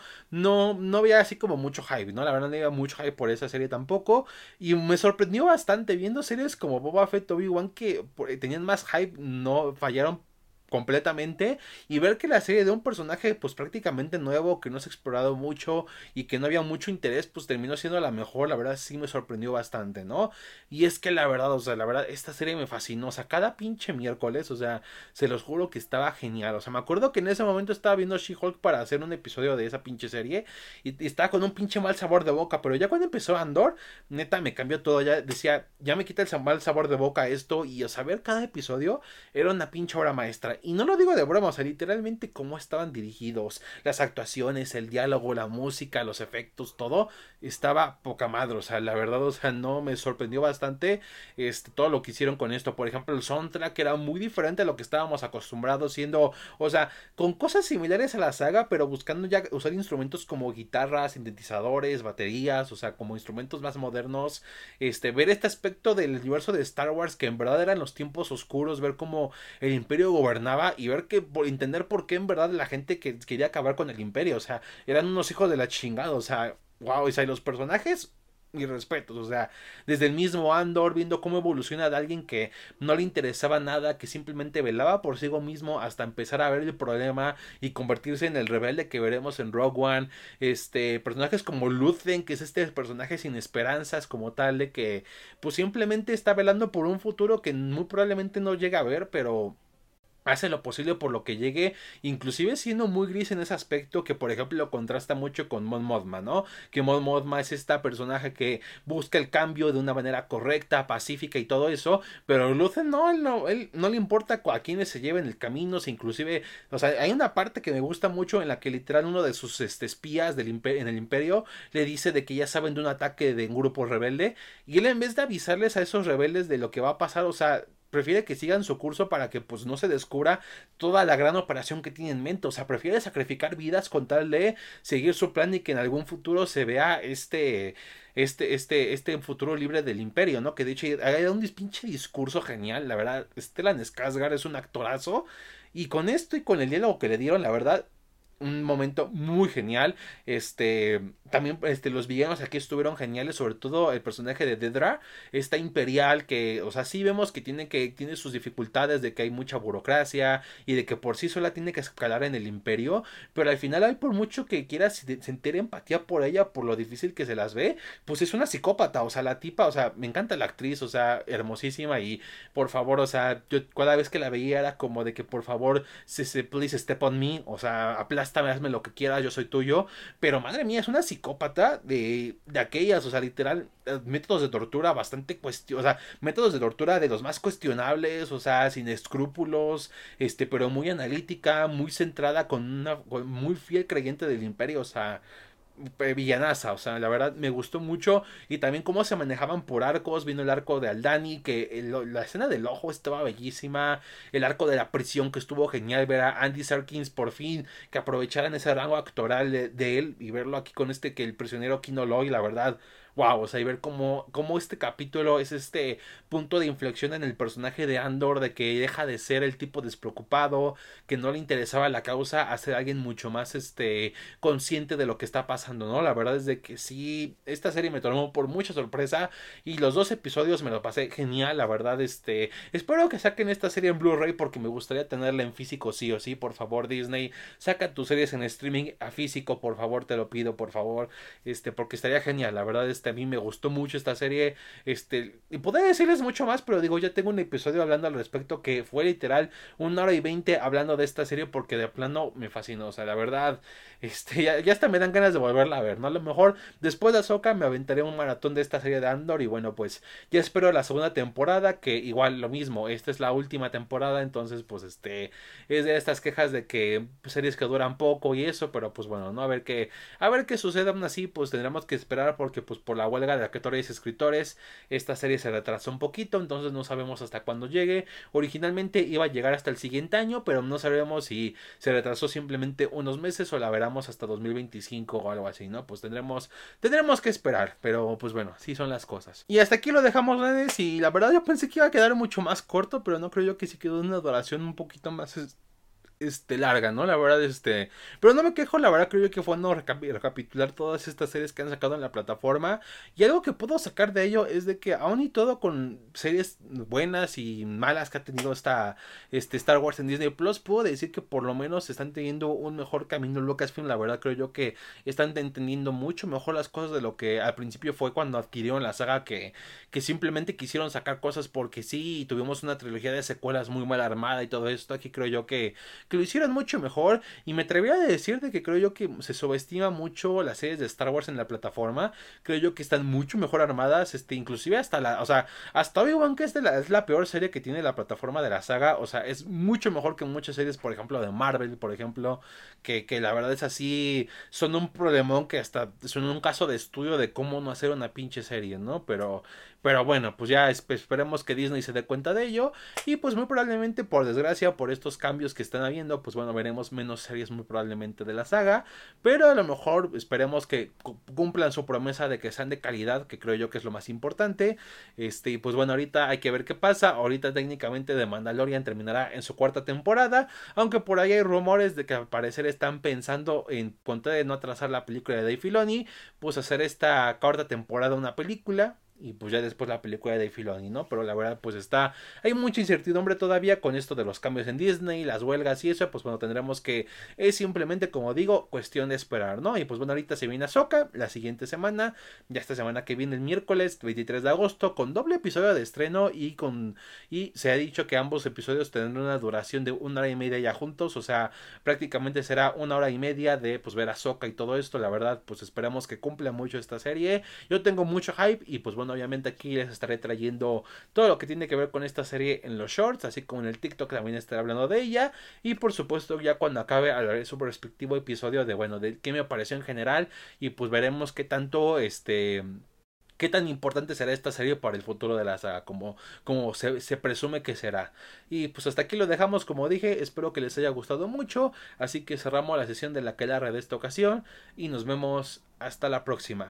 S1: no había así como mucho hype, ¿no? La verdad no había mucho hype por esa serie tampoco. Y me sorprendió bastante viendo series como Boba Fett, Obi-Wan que tenían más hype, no fallaron completamente, y ver que la serie de un personaje pues prácticamente nuevo, que no se ha explorado mucho y que no había mucho interés, pues terminó siendo la mejor. La verdad sí me sorprendió bastante, ¿no? Y es que la verdad, o sea, la verdad esta serie me fascinó, o sea, cada pinche miércoles, o sea, se los juro que estaba genial. O sea, me acuerdo que en ese momento estaba viendo She-Hulk para hacer un episodio de esa pinche serie y estaba con un pinche mal sabor de boca, pero ya cuando empezó Andor, neta me cambió todo. Ya decía, ya me quita el mal sabor de boca esto, y o sea, ver cada episodio era una pinche obra maestra. Y no lo digo de broma, o sea, literalmente cómo estaban dirigidos, las actuaciones, el diálogo, la música, los efectos, todo estaba poca madre. O sea, la verdad, o sea, no me sorprendió bastante todo lo que hicieron con esto. Por ejemplo, el soundtrack era muy diferente a lo que estábamos acostumbrados, siendo, o sea, con cosas similares a la saga, pero buscando ya usar instrumentos como guitarras, sintetizadores, baterías, o sea, como instrumentos más modernos. Ver este aspecto del universo de Star Wars que en verdad eran los tiempos oscuros, ver cómo el imperio gobernaba y ver que, por entender por qué en verdad la gente que quería acabar con el imperio, o sea, eran unos hijos de la chingada, o sea, wow, o sea, y los personajes, mis respetos, o sea, desde el mismo Andor, viendo cómo evoluciona de alguien que no le interesaba nada, que simplemente velaba por sí mismo, hasta empezar a ver el problema y convertirse en el rebelde que veremos en Rogue One. Personajes como Luthen, que es este personaje sin esperanzas como tal, de que pues simplemente está velando por un futuro que muy probablemente no llega a ver, pero hace lo posible por lo que llegue, inclusive siendo muy gris en ese aspecto, que por ejemplo lo contrasta mucho con Mon Mothma, ¿no? Que Mon Mothma es esta personaje que busca el cambio de una manera correcta, pacífica y todo eso, pero Luthen no, él no le importa a quienes se lleven el camino, inclusive, o sea, hay una parte que me gusta mucho en la que literal uno de sus espías en el imperio le dice de que ya saben de un ataque de un grupo rebelde, y él en vez de avisarles a esos rebeldes de lo que va a pasar, o sea, prefiere que sigan su curso para que pues no se descubra toda la gran operación que tiene en mente. O sea, prefiere sacrificar vidas con tal de seguir su plan y que en algún futuro se vea este futuro libre del imperio, ¿no? Que de hecho hay un pinche discurso genial, la verdad. Stellan Skarsgård es un actorazo, y con esto y con el diálogo que le dieron, la verdad, un momento muy genial. También los villanos aquí estuvieron geniales, sobre todo el personaje de Dedra, esta imperial que, o sea, sí vemos que tiene sus dificultades, de que hay mucha burocracia y de que por sí sola tiene que escalar en el imperio, pero al final hay, por mucho que quieras sentir empatía por ella, por lo difícil que se las ve, pues es una psicópata, o sea, la tipa, o sea, me encanta la actriz, o sea, hermosísima y por favor, o sea, yo cada vez que la veía era como de que por favor, please step on me, o sea, aplástame, hazme lo que quieras, yo soy tuyo, pero madre mía, es una psicópata de aquellas, o sea, literal, métodos de tortura bastante o sea, métodos de tortura de los más cuestionables, o sea, sin escrúpulos, pero muy analítica, muy centrada, muy fiel creyente del imperio, o sea, villanaza, o sea, la verdad me gustó mucho y también cómo se manejaban por arcos, vino el arco de Aldani, que la escena del ojo estaba bellísima, el arco de la prisión que estuvo genial, ver a Andy Serkins por fin, que aprovecharan ese rango actoral de él y verlo aquí con que el prisionero Kino Loy, la verdad, wow, o sea, y ver cómo este capítulo es este punto de inflexión en el personaje de Andor, de que deja de ser el tipo despreocupado, que no le interesaba la causa, a ser alguien mucho más, consciente de lo que está pasando, ¿no? La verdad es de que sí, esta serie me tomó por mucha sorpresa y los 2 episodios me lo pasé genial, la verdad, espero que saquen esta serie en Blu-ray porque me gustaría tenerla en físico sí o sí, por favor Disney, saca tus series en streaming a físico, por favor, te lo pido, por favor, porque estaría genial, la verdad, a mí me gustó mucho esta serie, y podría decirles mucho más, pero digo, ya tengo un episodio hablando al respecto que fue literal 1 hora y 20 hablando de esta serie porque de plano me fascinó, o sea, la verdad, ya hasta me dan ganas de volverla a ver, ¿no? A lo mejor después de Ahsoka me aventaré un maratón de esta serie de Andor y bueno, pues ya espero la segunda temporada, que igual lo mismo, esta es la última temporada, entonces pues es de estas quejas de que pues, series que duran poco y eso, pero pues bueno, ¿no? A ver qué sucede. Aún así, pues tendremos que esperar porque pues por la huelga de actores y escritores esta serie se retrasó un poquito, entonces no sabemos hasta cuándo llegue. Originalmente iba a llegar hasta el siguiente año, pero no sabemos si se retrasó simplemente unos meses o la veremos hasta 2025 o algo así, ¿no? Pues tendremos que esperar, pero pues bueno, así son las cosas. Y hasta aquí lo dejamos, Redes, y la verdad yo pensé que iba a quedar mucho más corto, pero no creo yo, que sí quedó una duración un poquito más larga, ¿no? La verdad, pero no me quejo, la verdad creo yo que fue bueno recapitular todas estas series que han sacado en la plataforma, y algo que puedo sacar de ello es de que aún y todo con series buenas y malas que ha tenido Star Wars en Disney Plus, puedo decir que por lo menos están teniendo un mejor camino Lucasfilm, la verdad creo yo que están entendiendo mucho mejor las cosas de lo que al principio fue cuando adquirieron la saga, que simplemente quisieron sacar cosas porque sí, y tuvimos una trilogía de secuelas muy mal armada y todo esto. Aquí creo yo que lo hicieron mucho mejor, y me atrevería a decir de que creo yo que se subestima mucho las series de Star Wars en la plataforma. Creo yo que están mucho mejor armadas, inclusive o sea, hasta Obi-Wan, que es la peor serie que tiene la plataforma de la saga, o sea, es mucho mejor que muchas series, por ejemplo, de Marvel, por ejemplo, que la verdad es así, son un problemón, que hasta son un caso de estudio de cómo no hacer una pinche serie, ¿no? Pero bueno, pues ya esperemos que Disney se dé cuenta de ello, y pues muy probablemente, por desgracia, por estos cambios que están habiendo, pues bueno, veremos menos series muy probablemente de la saga, pero a lo mejor esperemos que cumplan su promesa de que sean de calidad, que creo yo que es lo más importante. Y pues bueno, ahorita hay que ver qué pasa. Ahorita técnicamente The Mandalorian terminará en su 4ª temporada, aunque por ahí hay rumores de que al parecer están pensando en, con tal de no atrasar la película de Dave Filoni, pues hacer esta 4ª temporada una película, y pues ya después la película de Dave Filoni, ¿no? Pero la verdad pues hay mucha incertidumbre todavía con esto de los cambios en Disney, las huelgas y eso, pues bueno, tendremos que, es simplemente, como digo, cuestión de esperar, ¿no? Y pues bueno, ahorita se viene Ahsoka la siguiente semana, ya esta semana que viene el miércoles 23 de agosto, con doble episodio de estreno, y se ha dicho que ambos episodios tendrán una duración de 1 hora y media ya juntos, o sea, prácticamente será 1 hora y media de pues ver Ahsoka y todo esto. La verdad pues esperamos que cumpla mucho esta serie, yo tengo mucho hype, y pues bueno, obviamente aquí les estaré trayendo todo lo que tiene que ver con esta serie en los shorts, así como en el TikTok también estaré hablando de ella, y por supuesto ya cuando acabe hablaré su respectivo episodio de, bueno, de qué me pareció en general, y pues veremos qué tan importante será esta serie para el futuro de la saga, como se presume que será. Y pues hasta aquí lo dejamos, como dije, espero que les haya gustado mucho, así que cerramos la sesión de la aquelarre de esta ocasión, y nos vemos hasta la próxima.